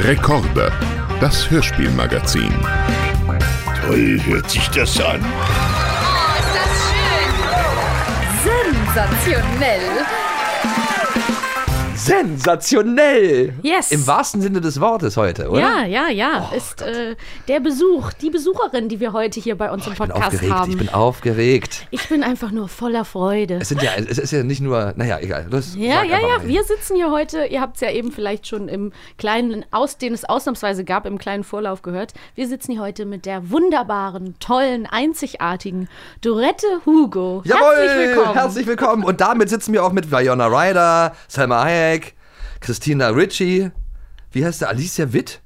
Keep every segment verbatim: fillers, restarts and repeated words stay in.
Rekorde, das Hörspielmagazin. Toll hört sich das an. Oh, ist das schön. Sensationell. Sensationell! Yes. Im wahrsten Sinne des Wortes heute, oder? Ja, ja, ja. Oh, ist äh, der Besuch, die Besucherin, die wir heute hier bei uns oh, im ich bin Podcast aufgeregt, haben. ich bin aufgeregt. Ich bin einfach nur voller Freude. Es sind ja, es ist ja nicht nur, naja, egal. Los, Ja, sag ja, einfach ja. mal. Wir sitzen hier heute, ihr habt es ja eben vielleicht schon im kleinen, aus, den es ausnahmsweise gab, im kleinen Vorlauf gehört. Wir sitzen hier heute mit der wunderbaren, tollen, einzigartigen Dorette Hugo. Jawohl, Herzlich willkommen. Herzlich willkommen. Und damit sitzen wir auch mit Winona Ryder, Salma Hayek, Christina Ricci, wie heißt der, Alicia Witt?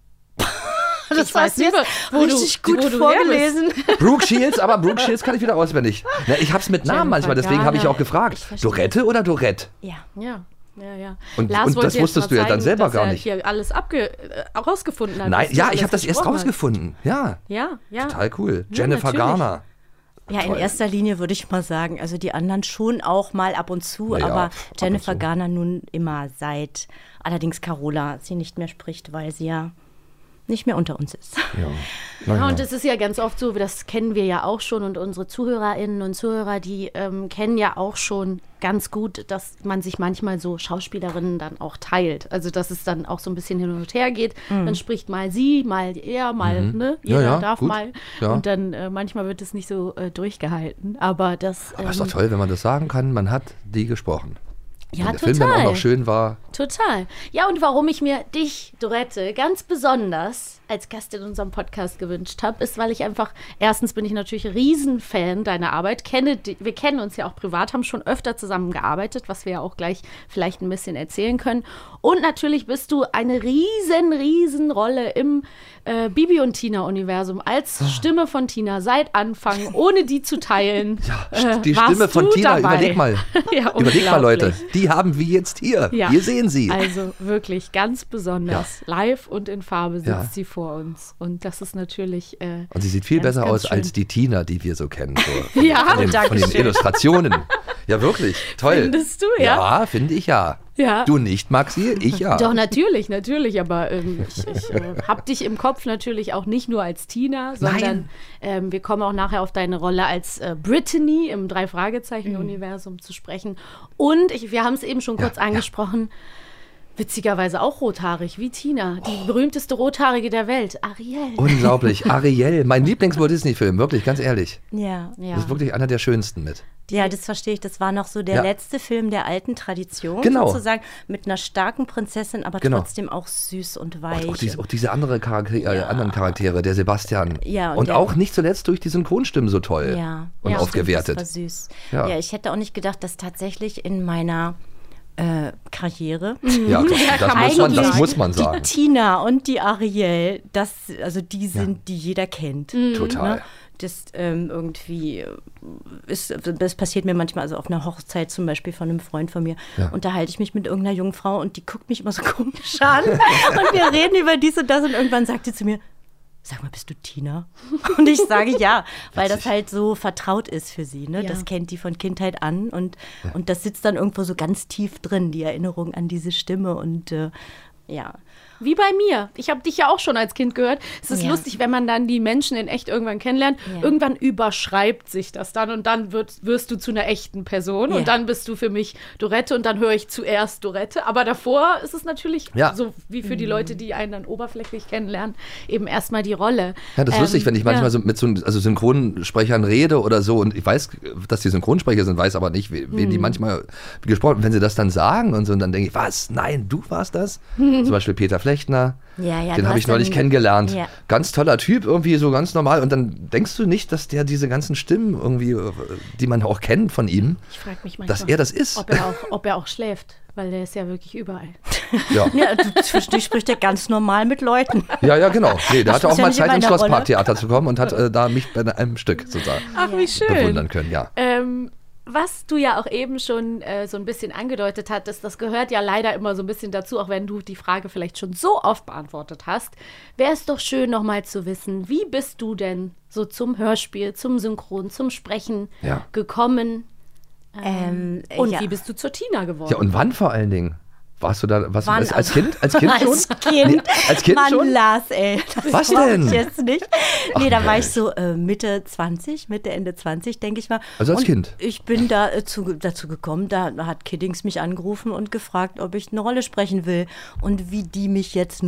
Das ich weiß nicht, wo richtig du, gut wo du vorgelesen. Brooke Shields, aber Brooke Shields kann ich wieder auswendig. Na, ich hab's mit Namen Jennifer manchmal, deswegen habe ich Garner. auch gefragt. Dorette oder Dorette? Ja. Ja. Ja, ja. Und- Lars und wollte das jetzt wusstest mal du ja dann zeigen, selber dass gar er nicht. hier alles abge äh, rausgefunden hat. Nein, was du ja, alles ich habe das erst gesprochen hast. rausgefunden. Ja, Ja, ja. total cool. Ja, Jennifer natürlich. Garner. Ja, in Toll. erster Linie würde ich mal sagen, also die anderen schon auch mal ab und zu, Ja, ja, aber ab und Jennifer zu. Garner nun immer seit allerdings Carola sie nicht mehr spricht, weil sie ja nicht mehr unter uns ist. Ja. Ja, Naja. und es ist ja ganz oft so, das kennen wir ja auch schon und unsere Zuhörerinnen und Zuhörer, die ähm, kennen ja auch schon ganz gut, dass man sich manchmal so Schauspielerinnen dann auch teilt. Also, dass es dann auch so ein bisschen hin und her geht. Dann spricht mal sie, mal er, mal, ne? Ja, Jeder ja, darf gut. mal. Ja. Und dann äh, manchmal wird es nicht so äh, durchgehalten. Aber das. Aber ist ähm, doch toll, wenn man das sagen kann, man hat die gesprochen. Ja, Wenn der Film dann auch total. noch schön war. Total. Ja, und warum ich mir dich, Dorette, ganz besonders als Gast in unserem Podcast gewünscht habe, ist, weil ich einfach, erstens bin ich natürlich Riesenfan deiner Arbeit, kenne, die- wir kennen uns ja auch privat, haben schon öfter zusammengearbeitet, was wir ja auch gleich vielleicht ein bisschen erzählen können. Und natürlich bist du eine riesen, riesen Rolle im äh, Bibi und Tina-Universum als Stimme von Tina seit Anfang, ohne die zu teilen. Ja, äh, die warst Stimme von du Tina, dabei. überleg mal. Ja, Überleg mal, Leute. unglaublich. Die haben wir jetzt hier. Ja. Hier sehen sie. Also wirklich ganz besonders. Live und in Farbe sitzt Ja. sie vor uns. Und das ist natürlich. Äh, Und sie sieht viel ganz, besser ganz aus als schön. die Tina, die wir so kennen. So, von, Ja, von, den, von den Dankeschön. Illustrationen. Ja, wirklich. Toll. Findest du, ja? Ja, finde ich ja. Ja. Du nicht, Maxi, ich ja. Doch, natürlich, natürlich. Aber ähm, ich, ich äh, habe dich im Kopf natürlich auch nicht nur als Tina, sondern ähm, wir kommen auch nachher auf deine Rolle als äh, Brittany im Drei-Fragezeichen-Universum zu sprechen. Und ich, wir haben es eben schon kurz ja. angesprochen. Witzigerweise auch rothaarig, wie Tina. Die berühmteste Rothaarige der Welt, Ariel. Unglaublich. Ariel, mein Lieblings-Walt Disney-Film, wirklich, ganz ehrlich. Ja. Ja. Das ist wirklich einer der schönsten mit. Ja, das verstehe ich. Das war noch so der Ja. letzte Film der alten Tradition Genau. sozusagen, mit einer starken Prinzessin, aber Genau. trotzdem auch süß und weich. Auch, diese, auch diese andere Charakter äh, anderen Charaktere, der Sebastian. Ja, und und der- auch nicht zuletzt durch die Synchronstimmen so toll Ja. und Ja, aufgewertet. Das war süß. Ja. Ja. ich hätte auch nicht gedacht, dass tatsächlich in meiner äh, Karriere Ja, das, das, muss man, das eigentlich muss man die sagen. Tina und die Ariel, das, also die sind, die jeder kennt. Total. Ne? Das ähm, irgendwie äh, ist, das passiert mir manchmal, also auf einer Hochzeit zum Beispiel von einem Freund von mir, Ja. unterhalte ich mich mit irgendeiner jungen Frau und die guckt mich immer so komisch an und wir reden über dies und das und irgendwann sagt sie zu mir, sag mal, bist du Tina? Und ich sage ja, weil das halt so vertraut ist für sie. Ne? Ja. Das kennt die von Kindheit an und, und das sitzt dann irgendwo so ganz tief drin, die Erinnerung an diese Stimme und äh, ja. Wie bei mir. Ich habe dich ja auch schon als Kind gehört. Es ist Ja. lustig, wenn man dann die Menschen in echt irgendwann kennenlernt. Ja. Irgendwann überschreibt sich das dann und dann wird, wirst du zu einer echten Person Ja. und dann bist du für mich Dorette und dann höre ich zuerst Dorette. Aber davor ist es natürlich Ja. so wie für die Mhm. Leute, die einen dann oberflächlich kennenlernen, eben erstmal die Rolle. Ja, das ist Ähm, lustig, wenn ich manchmal ja. so mit so also Synchronsprechern rede oder so und ich weiß, dass die Synchronsprecher sind, weiß aber nicht, wen wen die manchmal gesprochen haben. Wenn sie das dann sagen und so, und dann denke ich, was? Nein, du warst das? Zum Beispiel Peter Flechtner. Ja, ja, Den du habe hast ich neulich dann- kennengelernt. Ja. Ganz toller Typ, irgendwie so ganz normal. Und dann denkst du nicht, dass der diese ganzen Stimmen irgendwie, die man auch kennt von ihm, Ich frage mich manchmal, dass er das ist. ob er auch, ob er auch schläft, weil der ist ja wirklich überall. Ja. Ja, du, zwischendurch spricht er ganz normal mit Leuten. Ja, ja, genau. Nee, der Das hatte muss auch ja mal nicht immer Zeit, ins eine Rolle. Schlossparktheater zu kommen und hat äh, da mich bei einem Stück sozusagen Ach, wie schön. bewundern können, ja. Ähm, was du ja auch eben schon äh, so ein bisschen angedeutet hattest, das gehört ja leider immer so ein bisschen dazu, auch wenn du die Frage vielleicht schon so oft beantwortet hast, wäre es doch schön, nochmal zu wissen, wie bist du denn so zum Hörspiel, zum Synchron, zum Sprechen Ja. gekommen? Ähm, Und ja. wie bist du zur Tina geworden? Ja, und wann vor allen Dingen? Warst du da, was, Waren als, als Kind? Als Kind schon? Als Kind. Nee, als Kind Mann, schon? Lars, ey. Das Was glaub denn? Ich jetzt nicht. Nee, Ach, da war ich Mensch. so äh, Mitte zwanzig, Mitte, Ende zwanzig, denke ich mal. Also als und Kind? Ich bin da äh, zu, dazu gekommen, da hat Kiddings mich angerufen und gefragt, ob ich eine Rolle sprechen will. Und wie die mich jetzt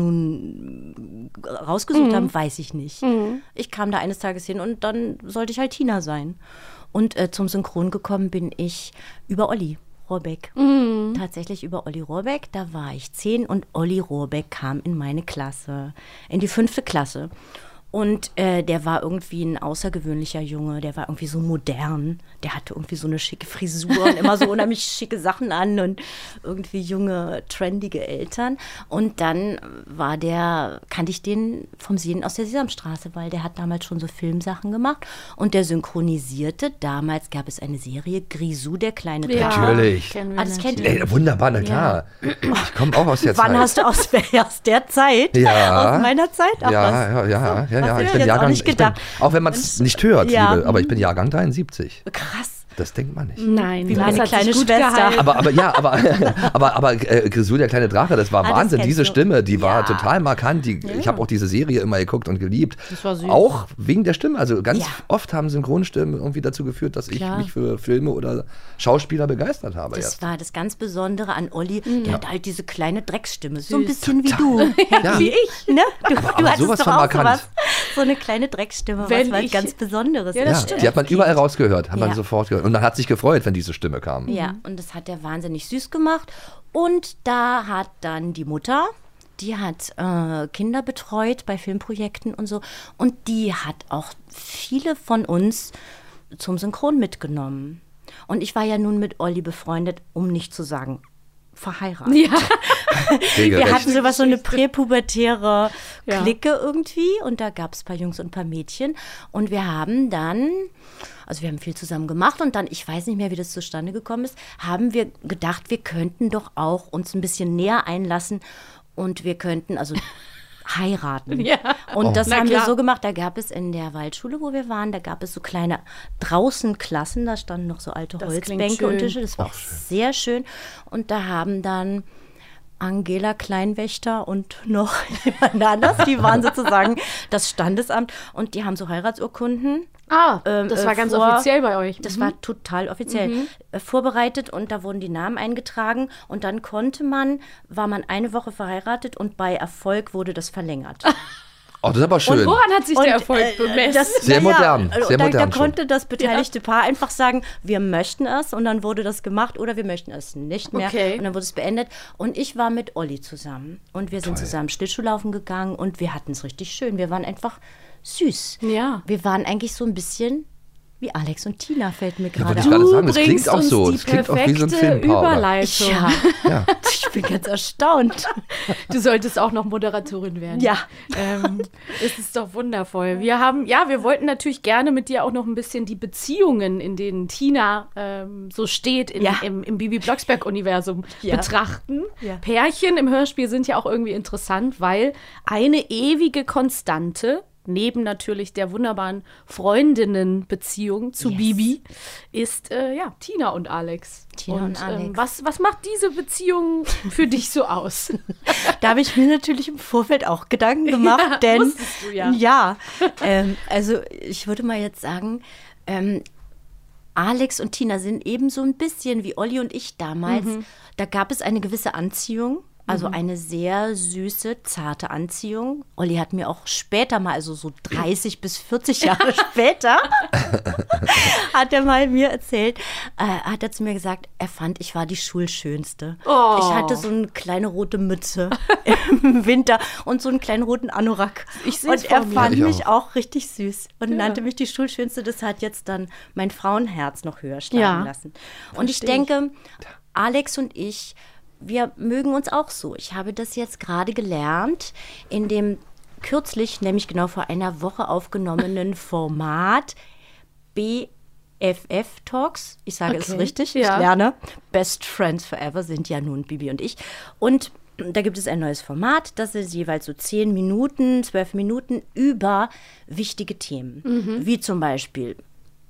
nun rausgesucht Mhm. haben, weiß ich nicht. Mhm. Ich kam da eines Tages hin und dann sollte ich halt Tina sein. Und äh, zum Synchron gekommen bin ich über Olli Rohrbeck. Mhm. Tatsächlich über Olli Rohrbeck. Da war ich zehn und Olli Rohrbeck kam in meine Klasse, in die fünfte Klasse. Und äh, der war irgendwie ein außergewöhnlicher Junge, der war irgendwie so modern. Der hatte irgendwie so eine schicke Frisur und immer so unheimlich schicke Sachen an und irgendwie junge, trendige Eltern. Und dann war der, kannte ich den vom Sehen aus der Sesamstraße, weil der hat damals schon so Filmsachen gemacht. Und der synchronisierte, damals gab es eine Serie, Grisou, der kleine Drache. Natürlich. Kennen wir Ah, das kennt natürlich. ihr? Ey, wunderbar, na klar. Ich komme auch aus der Wann Zeit. hast du aus, aus der Zeit? Ja. Aus meiner Zeit? Ach, ja, was? ja, ja, ja, ja, hast ja. du Ich dir bin jetzt Jahrgang, auch nicht ich bin, gedacht. auch wenn man es nicht hört, Ja. liebe, aber ich bin Jahrgang dreiundsiebzig. Krass. Das denkt man nicht. Nein, Wie Lars meine hat sich kleine gut Schwester. gehalten. Aber, aber ja, aber, aber, aber äh, Grisou, der kleine Drache, das war Ah, das Wahnsinn. kennst Diese du. Stimme, die war Ja. total markant. Die, Ich habe auch diese Serie immer geguckt und geliebt. Das war süß. Auch wegen der Stimme. Also ganz Ja. oft haben Synchronstimmen irgendwie dazu geführt, dass ich Klar. mich für Filme oder Schauspieler begeistert habe. Das Erst. war das ganz Besondere an Olli. Mhm. Der hat halt diese kleine Drecksstimme. So ein Süß. bisschen wie du. Ja. Wie ich, ne? Du, aber du hattest sowas doch von auch markant. sowas. So eine kleine Drecksstimme, Wenn was was ich- ganz Besonderes Ja, ist. das Ja, stimmt. die hat man überall rausgehört, hat man Ja. sofort gehört. Und man hat sich gefreut, wenn diese Stimme kam. Ja, und das hat er wahnsinnig süß gemacht. Und da hat dann die Mutter, die hat äh, Kinder betreut bei Filmprojekten und so. Und die hat auch viele von uns zum Synchron mitgenommen. Und ich war ja nun mit Olli befreundet, um nicht zu sagen verheiratet. Ja. Wir Regelrecht. hatten sowas, so eine präpubertäre Ja. Clique irgendwie und da gab es ein paar Jungs und ein paar Mädchen und wir haben dann, also wir haben viel zusammen gemacht und dann, ich weiß nicht mehr, wie das zustande gekommen ist, haben wir gedacht, wir könnten doch auch uns ein bisschen näher einlassen und wir könnten also heiraten. Ja. Und Oh. das Na haben wir klar. so gemacht, da gab es in der Waldschule, wo wir waren, da gab es so kleine draußen Klassen, da standen noch so alte Das klingt Holzbänke und schön. Tische, das war auch sehr schön. Und da haben dann Angela Kleinwächter und noch jemand anders, die waren sozusagen das Standesamt und die haben so Heiratsurkunden. Ah, Ähm, das äh, war ganz vor- offiziell bei euch. Das Mhm. war total offiziell äh, vorbereitet und da wurden die Namen eingetragen und dann konnte man, war man eine Woche verheiratet und bei Erfolg wurde das verlängert. Oh, das ist aber schön. Und woran hat sich Und, der Erfolg äh, bemessen? das- Sehr na ja, modern, also sehr da, modern Da schon. konnte das beteiligte Paar einfach sagen, wir möchten es und dann wurde das gemacht oder wir möchten es nicht mehr. Okay. Und dann wurde es beendet. Und ich war mit Olli zusammen und wir sind Toll. zusammen Schlittschuhlaufen gegangen und wir hatten es richtig schön. Wir waren einfach süß. Ja. Wir waren eigentlich so ein bisschen wie Alex und Tina, fällt mir Ja, gerade wollte ich auf. gerade Du sagen, das klingt bringst auch uns so. die Das klingt auch wie so ein perfekte Filmpaar. aber- Überleitung. Ja, Ja. ich bin ganz erstaunt. Du solltest auch noch Moderatorin werden. Ja. Ähm, es ist doch wundervoll. Wir haben, ja, wir wollten natürlich gerne mit dir auch noch ein bisschen die Beziehungen, in denen Tina ähm, so steht in, Ja. im, im Bibi Blocksberg-Universum Ja. betrachten. Ja. Pärchen im Hörspiel sind ja auch irgendwie interessant, weil eine ewige Konstante neben natürlich der wunderbaren Freundinnenbeziehung zu Yes. Bibi ist äh, ja Tina und Alex. Tina und Alex. Ähm, was, was macht diese Beziehung für dich so aus? Da habe ich mir natürlich im Vorfeld auch Gedanken gemacht, Ja, denn musstest du ja. ja, ähm, also ich würde mal jetzt sagen, ähm, Alex und Tina sind eben so ein bisschen wie Olli und ich damals. Mhm. Da gab es eine gewisse Anziehung. Also eine sehr süße, zarte Anziehung. Olli hat mir auch später mal, also so dreißig bis vierzig Jahre später, hat er mal mir erzählt, äh, hat er zu mir gesagt, er fand, ich war die Schulschönste. Oh. Ich hatte so eine kleine rote Mütze im Winter und so einen kleinen roten Anorak. Ich seh's und er vor mir. fand Ich mich auch. richtig süß und Ja. nannte mich die Schulschönste. Das hat jetzt dann mein Frauenherz noch höher schlagen Ja. lassen. Und ich Versteh ich. denke, Alex und ich, wir mögen uns auch so. Ich habe das jetzt gerade gelernt in dem kürzlich, nämlich genau vor einer Woche aufgenommenen Format B F F Talks. Ich sage es Okay. richtig, Ja. ich lerne. Best Friends Forever sind ja nun Bibi und ich. Und da gibt es ein neues Format, das ist jeweils so zehn Minuten, zwölf Minuten über wichtige Themen. Wie zum Beispiel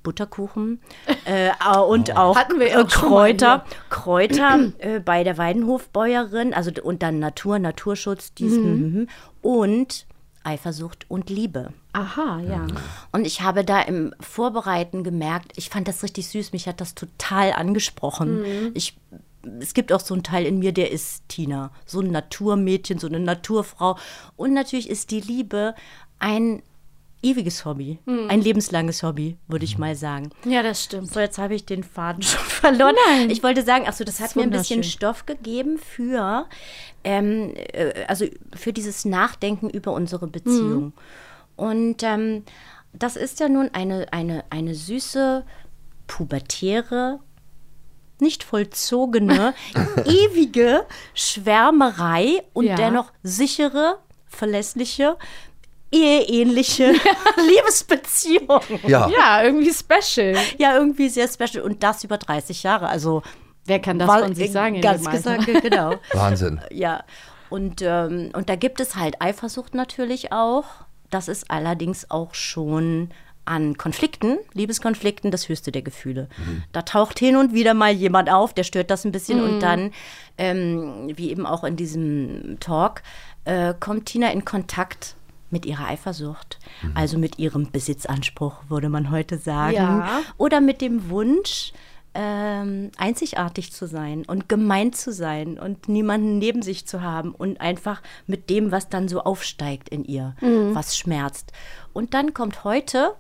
Butterkuchen äh, und Oh. auch Hatten wir ja äh, auch schon mal Kräuter, Kräuter äh, bei der Weidenhofbäuerin, also und dann Natur, Naturschutz, dies, mhm. und Eifersucht und Liebe. Aha, ja. Und ich habe da im Vorbereiten gemerkt, ich fand das richtig süß, mich hat das total angesprochen. Mhm. Ich, es gibt auch so einen Teil in mir, der ist Tina, so ein Naturmädchen, so eine Naturfrau. Und natürlich ist die Liebe ein ewiges Hobby, mhm. ein lebenslanges Hobby, würde ich mal sagen. Ja, das stimmt. So, jetzt habe ich den Faden schon verloren. Nein. Ich wollte sagen, ach so, das hat Das mir ein wunderschön. bisschen Stoff gegeben für, ähm, äh, also für dieses Nachdenken über unsere Beziehung. Mhm. Und ähm, das ist ja nun eine, eine, eine süße, pubertäre, nicht vollzogene, ewige Schwärmerei und Ja. dennoch sichere, verlässliche, eheähnliche Liebesbeziehung. Ja. Ja, irgendwie special. Ja, irgendwie sehr special. Und das über dreißig Jahre. Also Wer kann das war- von sich sagen? in Ganz dem Alter? gesagt, genau. Wahnsinn. Ja. Und, ähm, und da gibt es halt Eifersucht natürlich auch. Das ist allerdings auch schon an Konflikten, Liebeskonflikten, das höchste der Gefühle. Mhm. Da taucht hin und wieder mal jemand auf, der stört das ein bisschen. Mhm. Und dann, ähm, wie eben auch in diesem Talk, äh, kommt Tina in Kontakt mit ihrer Eifersucht, mhm. also mit ihrem Besitzanspruch, würde man heute sagen. Ja. Oder mit dem Wunsch, ähm, einzigartig zu sein und gemein zu sein und niemanden neben sich zu haben und einfach mit dem, was dann so aufsteigt in ihr, mhm. was schmerzt. Und dann kommt heute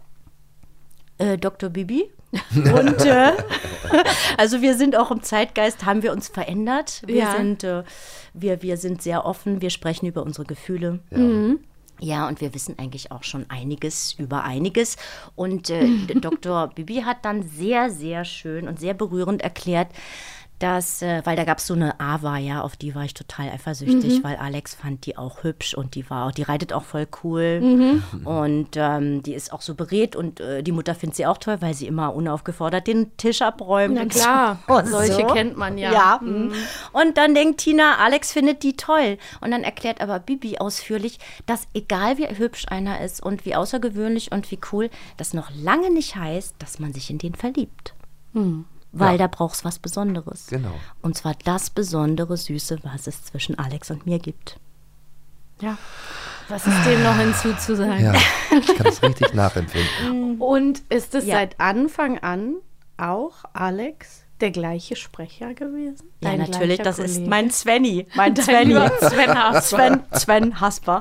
äh, Doktor Bibi. Und äh, also wir sind auch im Zeitgeist, haben wir uns verändert. Wir, Ja. sind, äh, wir, wir sind sehr offen, wir sprechen über unsere Gefühle. Ja. Mhm. Ja, und wir wissen eigentlich auch schon einiges über einiges. Und äh, Doktor Bibi hat dann sehr, sehr schön und sehr berührend erklärt, dass, äh, weil da gab es so eine Ava, ja, auf die war ich total eifersüchtig, mhm. weil Alex fand die auch hübsch und die war auch, die reitet auch voll cool. Mhm. Und ähm, die ist auch so beredt und äh, die Mutter findet sie auch toll, weil sie immer unaufgefordert den Tisch abräumt. Na und klar, so. Und solche so. kennt man ja. Ja. Mhm. Und dann denkt Tina, Alex findet die toll. Und dann erklärt aber Bibi ausführlich, dass egal wie hübsch einer ist und wie außergewöhnlich und wie cool, das noch lange nicht heißt, dass man sich in den verliebt. Mhm. Weil Ja. da braucht es was Besonderes. Genau. Und zwar das besondere Süße, was es zwischen Alex und mir gibt. Ja. Was ist dem noch hinzuzusagen? Ja, ich kann das richtig nachempfinden. Und ist es Ja. seit Anfang an auch Alex der gleiche Sprecher gewesen? Ja, Dein natürlich, gleicher das ist Kollege? mein Svenny. Mein Dein Svenny. lieber Sven Hasper. Sven, Sven Hasper.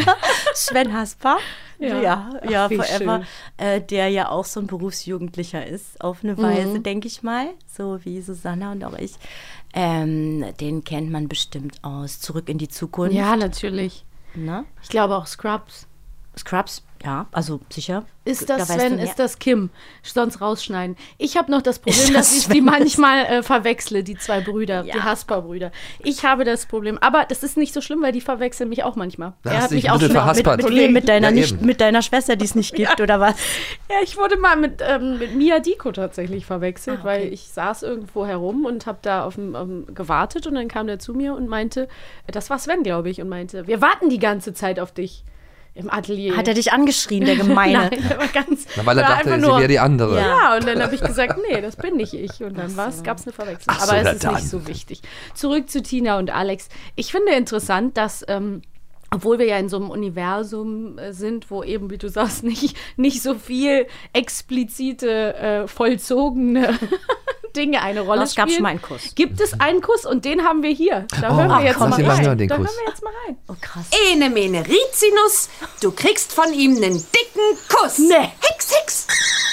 Sven Hasper. Ja. Ja, ja, Ach, wie forever. Äh, der ja auch so ein Berufsjugendlicher ist, auf eine Weise, Mhm. denke ich mal. So wie Susanna und auch ich. Ähm, den kennt man bestimmt aus Zurück in die Zukunft. Ja, natürlich. Ne? Ich glaube auch Scrubs. Scrubs, ja, also sicher. Ist Da das weißt Sven, du mehr. ist das Kim? Sonst rausschneiden. Ich habe noch das Problem, Ist das dass ich Sven? die manchmal äh, verwechsle, die zwei Brüder, Ja. die Hasper-Brüder. Ich habe das Problem. Aber das ist nicht so schlimm, weil die verwechseln mich auch manchmal. Da er hast hat du dich mich ein auch bisschen schon verhaspert. Mit, mit, wem? mit, deiner Ja, nicht, eben. mit deiner Schwester, die es nicht gibt, oder was? Ja, ich wurde mal mit, ähm, mit Mia Diko tatsächlich verwechselt, Ah, okay. weil ich saß irgendwo herum und habe da auf dem, ähm, gewartet und dann kam der zu mir und meinte, das war Sven, glaube ich, und meinte, wir warten die ganze Zeit auf dich im Atelier. Hat er dich angeschrien, der Gemeine? Nein, der war ganz. Na, weil er war dachte, einfach sie nur- wäre die andere. Ja. Ja, und dann habe ich gesagt, nee, das bin nicht ich. Und dann gab es eine Verwechslung. Ach so, Aber na es ist dann. nicht so wichtig. Zurück zu Tina und Alex. Ich finde interessant, dass, ähm, obwohl wir ja in so einem Universum äh, sind, wo eben, wie du sagst, nicht, nicht so viel explizite, äh, vollzogene Dinge eine Rolle Es gab spielen. schon mal einen Kuss. Gibt es einen Kuss und den haben wir hier. Da Oh, hören wir ach, jetzt komm, mal lass ihn mal rein. hören, den da Kuss. hören wir jetzt mal rein. Oh, krass. Ene mene Rizinus, du kriegst von ihm einen dicken Kuss. Nee. Hex, hex.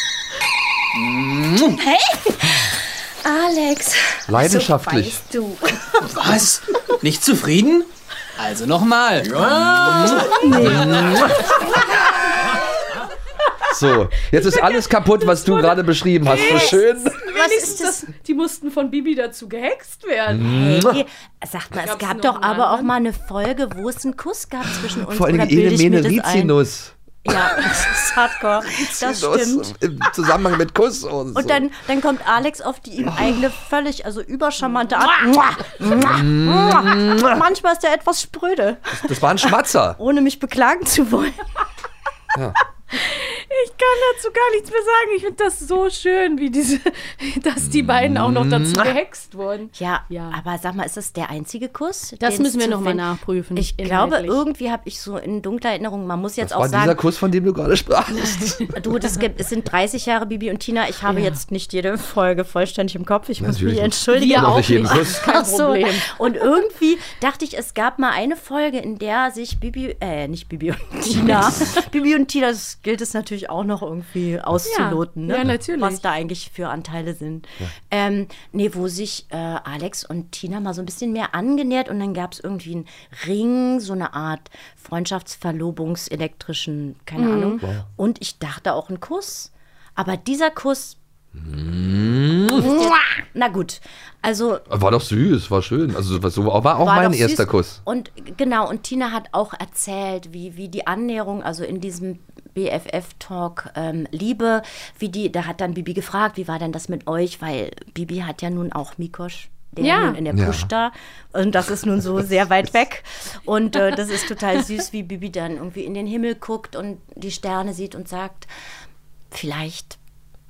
Alex. Leidenschaftlich. Weißt du. Was? Nicht zufrieden? Also nochmal. So, jetzt ist alles kaputt, was du gerade beschrieben hast. So schön. Wenigstens das, die mussten von Bibi dazu gehext werden. Hey, sagt mal, es Gab's gab noch doch einen aber auch anderen? mal eine Folge, wo es einen Kuss gab zwischen uns. Vor allem oder bilde Ene ich mir Mene das ein? Rizinus. Ja, das ist hardcore. Das stimmt. Im Zusammenhang mit Kuss und so. Und dann, dann kommt Alex auf die ihm eigene völlig, also übercharmante Art. Mua, mua, mua. Manchmal ist er etwas spröde, Das war ein Schmatzer. ohne mich beklagen zu wollen. Ja. Ich kann dazu gar nichts mehr sagen. Ich finde das so schön, wie diese, dass die beiden auch noch dazu gehext wurden. Ja, Ja. aber sag mal, ist das der einzige Kuss? Das den müssen wir es zu noch mal finden- nachprüfen, Ich inhaltlich. glaube, irgendwie habe ich so in dunkler Erinnerung, man muss jetzt Das auch war dieser sagen, Kuss, von dem du gerade sprachst. du, das gibt, es sind dreißig Jahre Bibi und Tina. Ich habe jetzt nicht jede Folge vollständig im Kopf. Ich muss Natürlich mich nicht. entschuldigen. Wir Noch auch nicht jeden nicht. Kuss. Kein Ach so. Problem. Und irgendwie dachte ich, es gab mal eine Folge, in der sich Bibi, äh, nicht Bibi und Tina, Bibi und Tina, das gilt es natürlich auch noch irgendwie auszuloten, Ja, ne? ja, natürlich. Was da eigentlich für Anteile sind. Ähm, nee, wo sich äh, Alex und Tina mal so ein bisschen mehr angenähert und dann gab es irgendwie einen Ring, so eine Art Freundschaftsverlobungselektrischen, keine Mhm. Ahnung. Und ich dachte auch ein Kuss. Aber dieser Kuss. Na gut, also War doch süß, war schön. Also so war auch war mein doch erster süß. Kuss. Und genau, und Tina hat auch erzählt, wie, wie die Annäherung, also in diesem B F F-Talk ähm, Liebe, wie die, da hat dann Bibi gefragt, wie war denn das mit euch? Weil Bibi hat ja nun auch Mikosch. Der Ja. nun in der Ja. Push da. Und das ist nun so sehr weit weg. Und äh, das ist total süß, wie Bibi dann irgendwie in den Himmel guckt und die Sterne sieht und sagt, vielleicht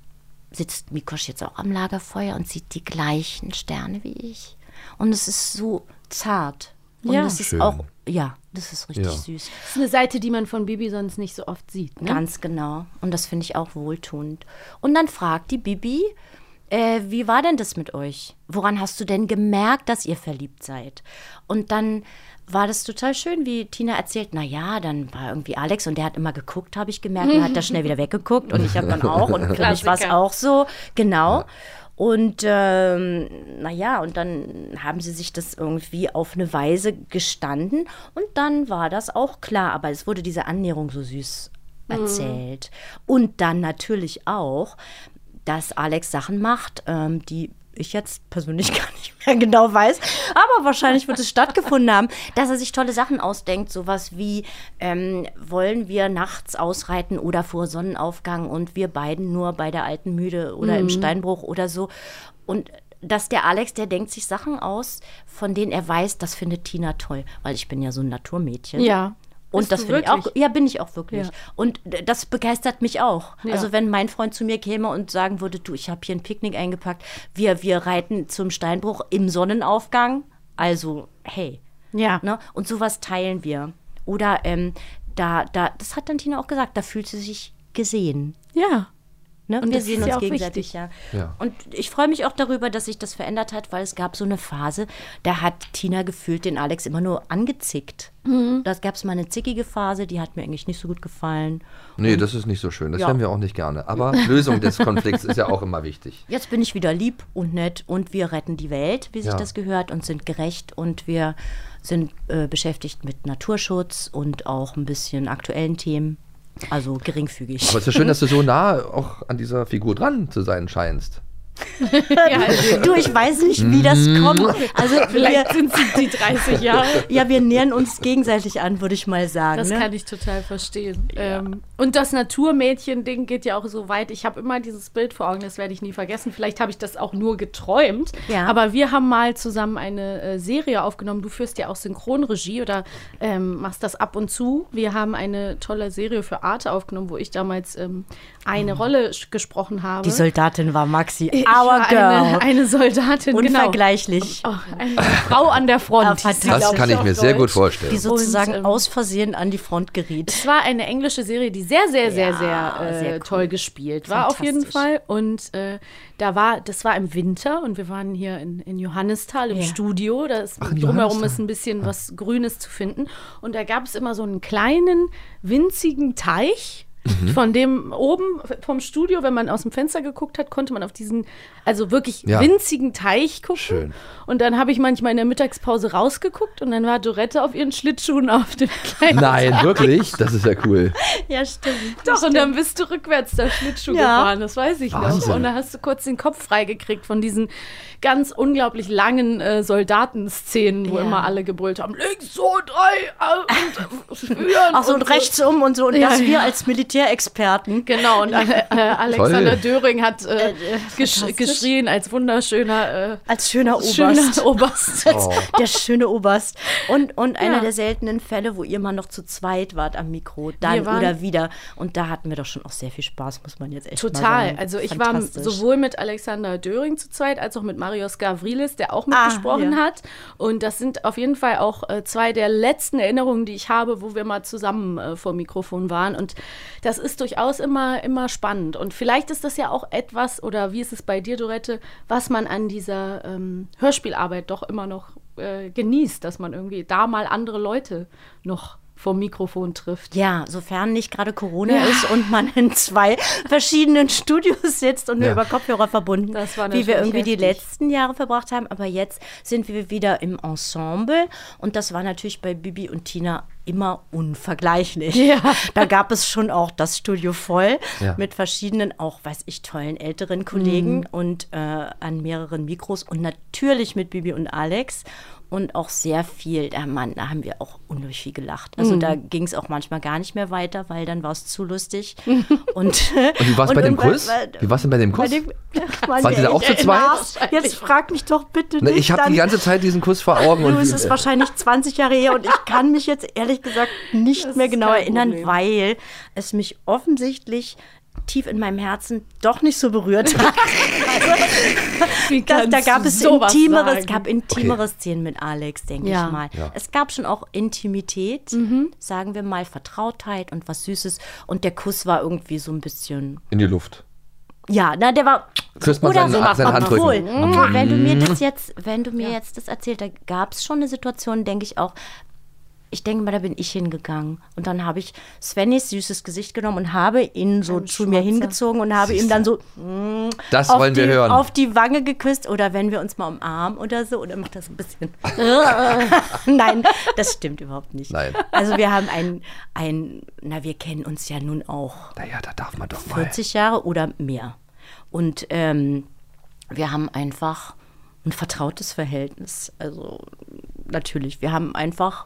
sitzt Mikosch jetzt auch am Lagerfeuer und sieht die gleichen Sterne wie ich. Und es ist so zart. Und Ja. es ist Schön. auch, ja, das ist richtig Ja. süß. Das ist eine Seite, die man von Bibi sonst nicht so oft sieht. Ne? Ganz genau. Und das finde ich auch wohltuend. Und dann fragt die Bibi, äh, wie war denn das mit euch? Woran hast du denn gemerkt, dass ihr verliebt seid? Und dann war das total schön, wie Tina erzählt, na ja, dann war irgendwie Alex und der hat immer geguckt, habe ich gemerkt, und hat da schnell wieder weggeguckt und ich habe dann auch und für mich war es Klassiker. auch so, genau. Und ähm, naja, und dann haben sie sich das irgendwie auf eine Weise gestanden und dann war das auch klar, aber es wurde diese Annäherung so süß erzählt. Und dann natürlich auch, dass Alex Sachen macht, ähm, die ich jetzt persönlich gar nicht mehr genau weiß, aber wahrscheinlich wird es stattgefunden haben, dass er sich tolle Sachen ausdenkt, sowas wie, ähm, wollen wir nachts ausreiten oder vor Sonnenaufgang und wir beiden nur bei der alten Mühle oder im Steinbruch oder so. Und dass der Alex, der denkt sich Sachen aus, von denen er weiß, das findet Tina toll, weil ich bin ja so ein Naturmädchen. Ja. Und Bist das du finde ich auch, wirklich? ja, bin ich auch wirklich. Ja. Und d- das begeistert mich auch. Ja. Also wenn mein Freund zu mir käme und sagen würde, du, ich habe hier ein Picknick eingepackt, wir, wir reiten zum Steinbruch im Sonnenaufgang, also hey. Ja. Ne? Und sowas teilen wir. Oder ähm, da, da, das hat dann Tina auch gesagt, da fühlt sie sich gesehen. Ja. Ne? Und Wir das sehen ist ja uns auch gegenseitig, wichtig. ja. Ja. Und ich freue mich auch darüber, dass sich das verändert hat, weil es gab so eine Phase, da hat Tina gefühlt den Alex immer nur angezickt. Mhm. Da gab es mal eine zickige Phase, die hat mir eigentlich nicht so gut gefallen. Nee, das ist nicht so schön. Das Ja. hören wir auch nicht gerne. Aber Lösung des Konflikts ist ja auch immer wichtig. Jetzt bin ich wieder lieb und nett und wir retten die Welt, wie sich Ja. das gehört, und sind gerecht und wir sind äh, beschäftigt mit Naturschutz und auch ein bisschen aktuellen Themen. Also geringfügig. Aber es ist schön, dass du so nah auch an dieser Figur dran zu sein scheinst. Du, ich weiß nicht, wie das kommt. Also Vielleicht wir, sind sie die dreißig Jahre. ja, wir nähern uns gegenseitig an, würde ich mal sagen. Das ne? kann ich total verstehen. Ähm, und das Naturmädchen-Ding geht ja auch so weit. Ich habe immer dieses Bild vor Augen, das werde ich nie vergessen. Vielleicht habe ich das auch nur geträumt. Ja. Aber wir haben mal zusammen eine äh, Serie aufgenommen. Du führst ja auch Synchronregie oder ähm, machst das ab und zu. Wir haben eine tolle Serie für Arte aufgenommen, wo ich damals ähm, eine Rolle sch- gesprochen habe. Die Soldatin war Maxi. Ich Our war girl. Eine, eine Soldatin, genau. Unvergleichlich. Oh, eine Frau an der Front. Ah, hieß sie, fantastisch. Das glaub kann ich auf mir sehr gut Deutsch. vorstellen. Die sozusagen Und, ähm, aus Versehen an die Front geriet. Es war eine englische Serie, die sehr, sehr, sehr, Ja, sehr, äh, sehr cool. toll gespielt war, auf jeden Fantastisch. Fall. Und äh, da war, das war im Winter und wir waren hier in, in Johannisthal im Ja. Studio. Da ist, Ach, in drumherum Johannisthal. ist ein bisschen was Grünes zu finden. Und da gab es immer so einen kleinen, winzigen Teich. Mhm. Von dem oben vom Studio, wenn man aus dem Fenster geguckt hat, konnte man auf diesen, also wirklich Ja. winzigen Teich gucken. Schön. Und dann habe ich manchmal in der Mittagspause rausgeguckt und dann war Dorette auf ihren Schlittschuhen auf dem kleinen Nein, wirklich? Das ist ja cool. Ja, stimmt. Doch, und dann bist du rückwärts da Schlittschuh Ja. gefahren, das weiß ich Wahnsinn. noch. Und da hast du kurz den Kopf freigekriegt von diesen ganz unglaublich langen äh, Soldatenszenen, wo Ja. immer alle gebrüllt haben, links, so, drei, äh, und äh, führen. Ach so, und so. rechts um und so. Und Ja, dass wir ja. als Militär Militärexperten. Genau, und äh, Alexander Toll. Döring hat äh, Äh, gesch fantastisch. geschrien als wunderschöner äh, Als schöner Oberst. schöner Oberst. Oh. Der schöne Oberst. Und, und einer Ja. der seltenen Fälle, wo ihr mal noch zu zweit wart am Mikro, dann Wir waren- oder wieder. Und da hatten wir doch schon auch sehr viel Spaß, muss man jetzt echt mal Total. sagen. Also ich war Fantastisch. sowohl mit Alexander Döring zu zweit, als auch mit Marios Gavrilis, der auch Ah, mitgesprochen ja. hat. Und das sind auf jeden Fall auch äh, zwei der letzten Erinnerungen, die ich habe, wo wir mal zusammen äh, vor dem Mikrofon waren. Und das ist durchaus immer, immer spannend. Und vielleicht ist das ja auch etwas, oder wie ist es bei dir, Dorette, was man an dieser ähm, Hörspielarbeit doch immer noch äh, genießt, dass man irgendwie da mal andere Leute noch vor dem Mikrofon trifft. Ja, sofern nicht gerade Corona ist und man in zwei verschiedenen Studios sitzt und nur Ja. über Kopfhörer verbunden, Das war wie wir natürlich irgendwie die heftig. letzten Jahre verbracht haben. Aber jetzt sind wir wieder im Ensemble und das war natürlich bei Bibi und Tina immer unvergleichlich. Ja. Da gab es schon auch das Studio voll Ja. mit verschiedenen, auch weiß ich, tollen älteren Kollegen Mhm. und äh, an mehreren Mikros und natürlich mit Bibi und Alex. Und auch sehr viel, da, Mann, da haben wir auch unheimlich viel gelacht. Also Mhm. da ging es auch manchmal gar nicht mehr weiter, weil dann war es zu lustig. Und, und wie war's bei dem irgendwann- Kuss? weil- Wie war's denn bei dem bei Kuss? dem- Mann, Wart ihr da ey, auch zu ey, zweit? Lars, Jetzt frag mich doch bitte Ne, nicht. ich habe dann- die ganze Zeit diesen Kuss vor Augen. Du, Und es wie- ist wahrscheinlich zwanzig Jahre her und ich kann mich jetzt ehrlich gesagt nicht Das mehr ist genau kein erinnern, Problem. weil es mich offensichtlich tief in meinem Herzen doch nicht so berührt hat. Wie Das, da kannst gab du es sowas intimere, es sagen? gab intimere Szenen mit Alex, denke Ja. ich mal. Ja. Es gab schon auch Intimität, Mhm. sagen wir mal, Vertrautheit und was Süßes. Und der Kuss war irgendwie so ein bisschen, in die Luft. ja, na, der war. Küsst man oder seinen- so, seinen Handrücken. obwohl, Mhm. wenn du mir das jetzt, wenn du mir jetzt das erzählt, da gab es schon eine Situation, denke ich auch. Ich denke mal, da bin ich hingegangen. Und dann habe ich Svennys süßes Gesicht genommen und habe ihn so Ein zu mir Schmatzer. hingezogen und habe ihm dann so mm, Das auf wollen wir die, hören. auf die Wange geküsst. Oder wenn wir uns mal umarmen oder so. Und dann macht das ein bisschen. Nein, das stimmt überhaupt nicht. Nein. Also wir haben ein, ein, na, wir kennen uns ja nun auch Naja, da darf man doch mal. vierzig Jahre oder mehr. Und ähm, wir haben einfach ein vertrautes Verhältnis. Also natürlich, wir haben einfach.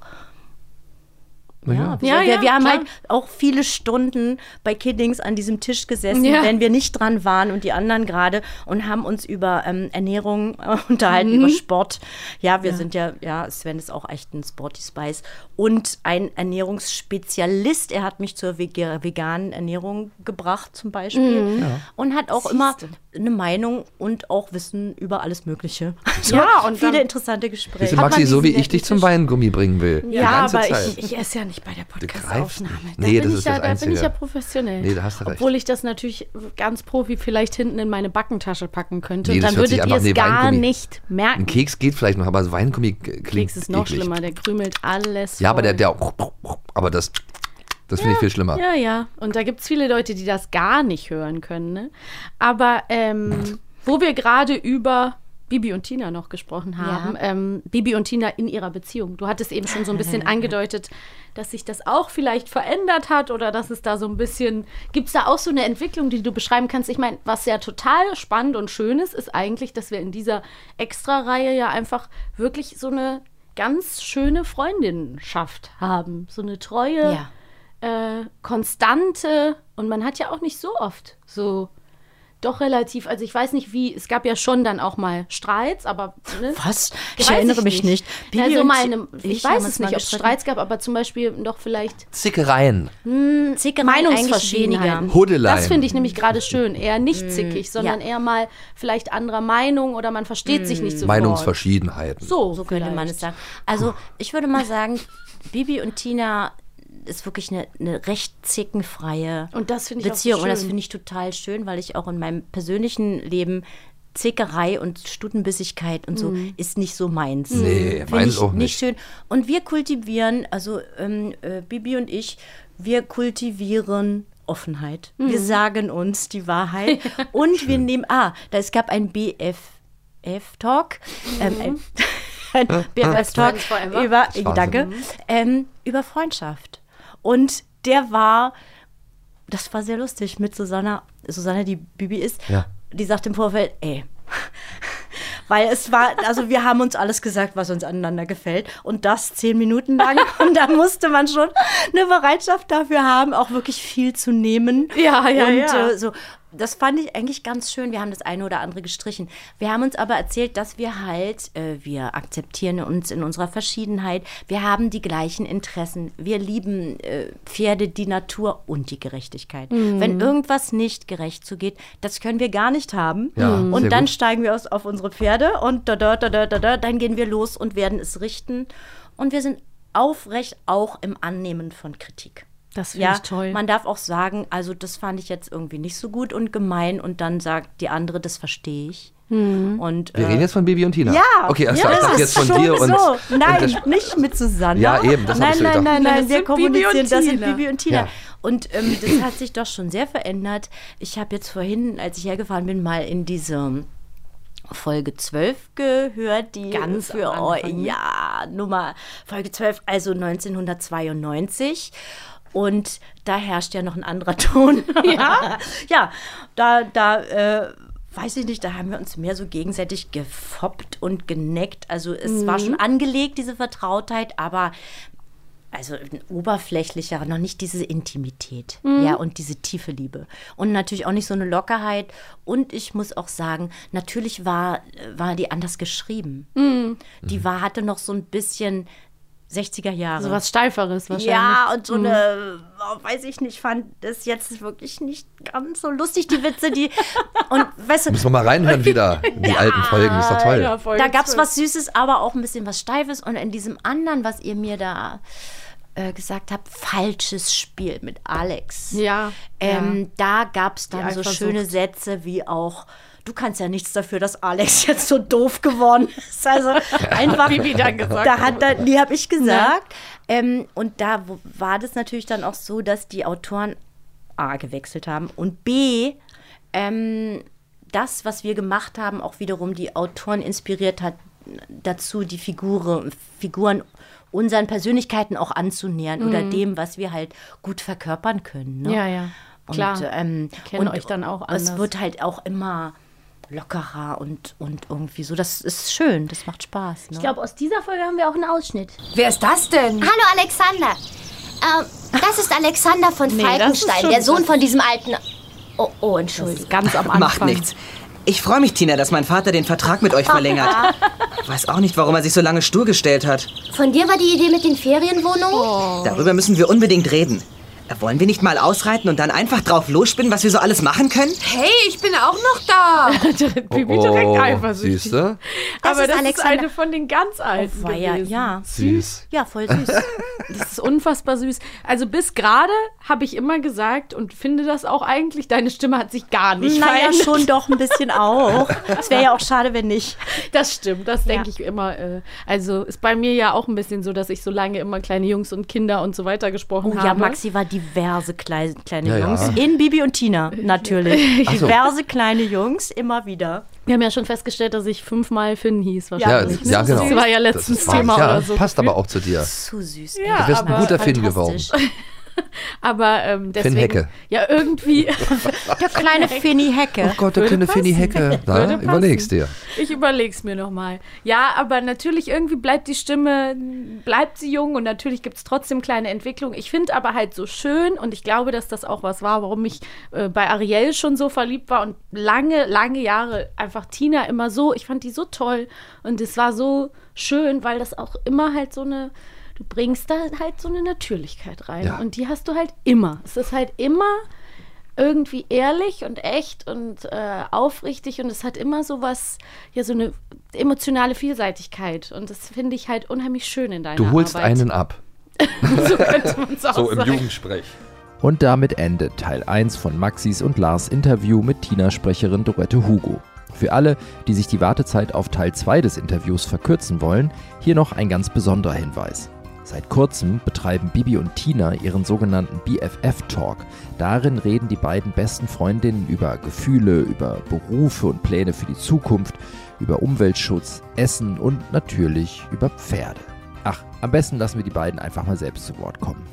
Naja. Wir, Ja, wir, ja, wir haben klar. halt auch viele Stunden bei Kiddings an diesem Tisch gesessen, Ja. wenn wir nicht dran waren und die anderen gerade und haben uns über ähm, Ernährung äh, unterhalten, Mhm. über Sport. Ja, wir sind ja, ja, Sven ist auch echt ein Sporty Spice und ein Ernährungsspezialist. Er hat mich zur vega- veganen Ernährung gebracht zum Beispiel Mhm. und hat auch immer eine Meinung und auch Wissen über alles Mögliche. Also Ja, und viele dann- interessante Siehst Gespräche. du, Maxi, so wie diesen ich dich zum netten Weingummi bringen will. die Ja, ganze aber Zeit. ich, ich esse ja nicht bei der greifst Podcast-Aufnahme. nicht. Da Nee, bin das ich ist ja, das Da bin ich Einzige. ja professionell. Nee, da hast du recht. Obwohl ich das natürlich ganz Profi vielleicht hinten in meine Backentasche packen könnte. Nee, und das dann hört sich würdet ihr einfach- es nee, gar Weingummi. nicht merken. Ein Keks geht vielleicht noch, aber Weingummi klingt Keks ist noch eklig. schlimmer, der krümelt alles Ja, aber der, voll. der aber das, das finde ich viel schlimmer. Ja, ja. Und da gibt es viele Leute, die das gar nicht hören können. Ne? Aber ähm, wo wir gerade über Bibi und Tina noch gesprochen haben, ähm, Bibi und Tina in ihrer Beziehung. Du hattest eben schon so ein bisschen angedeutet, dass sich das auch vielleicht verändert hat oder dass es da so ein bisschen, gibt es da auch so eine Entwicklung, die du beschreiben kannst? Ich meine, was ja total spannend und schön ist, ist eigentlich, dass wir in dieser Extra-Reihe ja einfach wirklich so eine ganz schöne Freundinnenschaft haben. So eine treue, Ja. äh, konstante, und man hat ja auch nicht so oft so doch relativ, also ich weiß nicht wie, es gab ja schon dann auch mal Streits, aber ne? Was? Ich Weiß erinnere mich nicht. Bibi Also und mal eine, ich, ich haben weiß uns es mal nicht, ob es gestritten. Streits gab, aber zum Beispiel doch vielleicht Zickereien, Zickereien eigentlich Meinungsverschiedenheiten. weniger. Hudeleien. Das finde ich nämlich gerade schön. Eher nicht zickig, sondern ja. eher mal vielleicht anderer Meinung oder man versteht sich nicht so Meinungsverschiedenheiten. So, So könnte man vielleicht. es sagen. Also ich würde mal sagen, Bibi und Tina ist wirklich eine, eine recht zickenfreie Und das finde ich auch so Beziehung. Und das schön. finde ich total schön, weil ich auch in meinem persönlichen Leben Zickerei und Stutenbissigkeit und so Mhm. ist nicht so meins. Nee, Finde meins ich auch nicht nicht. schön. Und wir kultivieren, also ähm, äh, Bibi und ich, wir kultivieren Offenheit. Wir Mhm. sagen uns die Wahrheit und wir nehmen, ah, da, es gab ein B F F-Talk, ähm, ein, ein B F F-Talk Friends Forever. über, Wahnsinn. danke, ähm, über Freundschaft. Und der war, das war sehr lustig mit Susanna, Susanna, die Bibi ist, Ja. die sagt im Vorfeld, ey, weil es war, also wir haben uns alles gesagt, was uns aneinander gefällt und das zehn Minuten lang und da musste man schon eine Bereitschaft dafür haben, auch wirklich viel zu nehmen. Ja, ja, und, ja. Äh, so. Das fand ich eigentlich ganz schön. Wir haben das eine oder andere gestrichen. Wir haben uns aber erzählt, dass wir halt, äh, wir akzeptieren uns in unserer Verschiedenheit. Wir haben die gleichen Interessen. Wir lieben äh, Pferde, die Natur und die Gerechtigkeit. Mhm. Wenn irgendwas nicht gerecht zugeht, das können wir gar nicht haben. Ja, und sehr dann gut. steigen wir aus, auf unsere Pferde und da, da, da, da, da, da, dann gehen wir los und werden es richten. Und wir sind aufrecht auch im Annehmen von Kritik. Das finde Ja, ich toll. man darf auch sagen, also das fand ich jetzt irgendwie nicht so gut und gemein und dann sagt die andere, das verstehe ich. Mhm. Und, Wir äh, reden jetzt von Bibi und Tina. ja, Okay, also ja, ich das dachte ist jetzt von schon dir und... so. Nein, und das- nicht mit Susanne. Ja, eben, das hab nein, ich so nein, gedacht. nein, Das nein, wir sind Bibi kommunizieren, und das sind Tina. Bibi und Tina. Ja. Und ähm, das hat sich doch schon sehr verändert. Ich habe jetzt vorhin, als ich hergefahren bin, mal in diese Folge zwölf gehört, die Ganz für am euch, Anfang, ne? ja, Nummer Folge zwölf, also neunzehnhundertzweiundneunzig. Und da herrscht ja noch ein anderer Ton. Ja, ja, da, da, äh, weiß ich nicht, da haben wir uns mehr so gegenseitig gefoppt und geneckt. Also es war schon angelegt, diese Vertrautheit, aber also ein oberflächlicher, noch nicht diese Intimität, ja, und diese tiefe Liebe. Und natürlich auch nicht so eine Lockerheit. Und ich muss auch sagen, natürlich war, war die anders geschrieben. Die war, hatte noch so ein bisschen sechziger Jahre. So was Steiferes wahrscheinlich. Ja, und so eine, oh, weiß ich nicht, fand das jetzt wirklich nicht ganz so lustig, die Witze, die, und weißt du, Müssen wir mal reinhören wieder in die alten Folgen, ist doch toll. Ja, Folge da gab es zwölf. was Süßes, aber auch ein bisschen was Steifes. Und in diesem anderen, was ihr mir da äh, gesagt habt, falsches Spiel mit Alex. Ja, Ähm, Da gab es dann Die so Eifersucht. schöne Sätze wie auch, du kannst ja nichts dafür, dass Alex jetzt so doof geworden ist. Also einfach, Bibi dann gesagt. da hat da, die habe ich gesagt. Ähm, und da wo- war das natürlich dann auch so, dass die Autoren A gewechselt haben und B, ähm, das, was wir gemacht haben, auch wiederum die Autoren inspiriert hat, dazu die Figure, Figuren unseren Persönlichkeiten auch anzunähern oder dem, was wir halt gut verkörpern können. Ne? Ja, ja, klar. Und, ähm, Kennen und euch dann auch es anders. wird halt auch immer lockerer und, und irgendwie so. Das ist schön, das macht Spaß. Ne? Ich glaube, aus dieser Folge haben wir auch einen Ausschnitt. Wer ist das denn? Hallo, Alexander. Ähm, das ist Alexander von Nee, das ist Falkenstein, schon der Sohn was- von diesem alten... Oh, oh, Entschuldigung. Ganz am Anfang. Macht nichts. Ich freue mich, Tina, dass mein Vater den Vertrag mit euch verlängert. Weiß auch nicht, warum er sich so lange stur gestellt hat. Von dir war die Idee mit den Ferienwohnungen? Darüber müssen wir unbedingt reden. Äh, Wollen wir nicht mal ausreiten und dann einfach drauf losspinnen, was wir so alles machen können? Hey, ich bin auch noch da. Bibi direkt eifersüchtig. Siehst du? Aber ist das ist Alexander. eine von den ganz alten Oh, weia, gewesen. ja. Süß. Ja, voll süß. Das ist unfassbar süß. Also bis gerade habe ich immer gesagt und finde das auch eigentlich, deine Stimme hat sich gar nicht Naja, verändert. schon doch ein bisschen auch. Es wäre ja auch schade, wenn nicht. Das stimmt, das denke Ja. ich immer. Äh, also ist bei mir ja auch ein bisschen so, dass ich so lange immer kleine Jungs und Kinder und so weiter gesprochen Oh habe. ja, Maxi war diverse kleine, kleine Ja, ja. Jungs. In Bibi und Tina, natürlich. Ach so. Diverse kleine Jungs, immer wieder. Wir haben ja schon festgestellt, dass ich fünfmal Finn hieß Ja, wahrscheinlich. ja, ne? genau. Das war ja letztens Das ist Thema wahr. Ja, oder so. passt aber auch zu dir. Zu süß. Ja, Du bist ein aber- guter Finn geworden. Fantastisch. Aber ähm, deswegen, Hecke. ja, irgendwie, Der kleine Finny Hecke. Oh Gott, der Würde kleine Finny passen. Hecke. Na, Würde passen. überlegst dir. ich überleg's mir nochmal. Ja, aber natürlich irgendwie bleibt die Stimme, bleibt sie jung und natürlich gibt's trotzdem kleine Entwicklungen. Ich finde aber halt so schön und ich glaube, dass das auch was war, warum ich äh, bei Ariel schon so verliebt war und lange, lange Jahre einfach Tina immer so, ich fand die so toll und es war so schön, weil das auch immer halt so eine, du bringst da halt so eine Natürlichkeit rein Ja. und die hast du halt immer. Es ist halt immer irgendwie ehrlich und echt und äh, aufrichtig und es hat immer so was, ja, so eine emotionale Vielseitigkeit und das finde ich halt unheimlich schön in deiner Du holst Arbeit. einen ab. So könnte man es auch So im sagen. Jugendsprech. Und damit endet Teil eins von Maxis und Lars Interview mit Tina-Sprecherin Dorette Hugo. Für alle, die sich die Wartezeit auf Teil zwei des Interviews verkürzen wollen, hier noch ein ganz besonderer Hinweis. Seit kurzem betreiben Bibi und Tina ihren sogenannten B F F-Talk. Darin reden die beiden besten Freundinnen über Gefühle, über Berufe und Pläne für die Zukunft, über Umweltschutz, Essen und natürlich über Pferde. Ach, am besten lassen wir die beiden einfach mal selbst zu Wort kommen.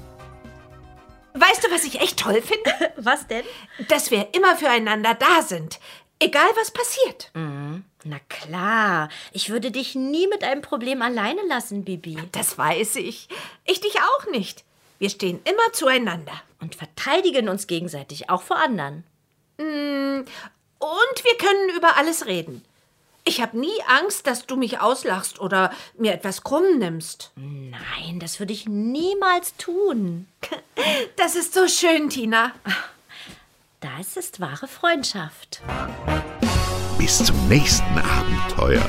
Weißt du, was ich echt toll finde? Was denn? Dass wir immer füreinander da sind. Egal, was passiert. Mhm. Na klar, ich würde dich nie mit einem Problem alleine lassen, Bibi. Das weiß ich. Ich dich auch nicht. Wir stehen immer zueinander. Und verteidigen uns gegenseitig, auch vor anderen. Mm, und wir können über alles reden. Ich habe nie Angst, dass du mich auslachst oder mir etwas krumm nimmst. Nein, das würde ich niemals tun. Das ist so schön, Tina. Das ist wahre Freundschaft. Bis zum nächsten Abenteuer.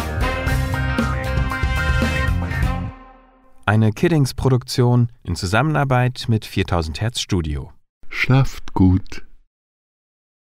Eine Kiddings-Produktion in Zusammenarbeit mit viertausend Hertz Studio. Schlaft gut.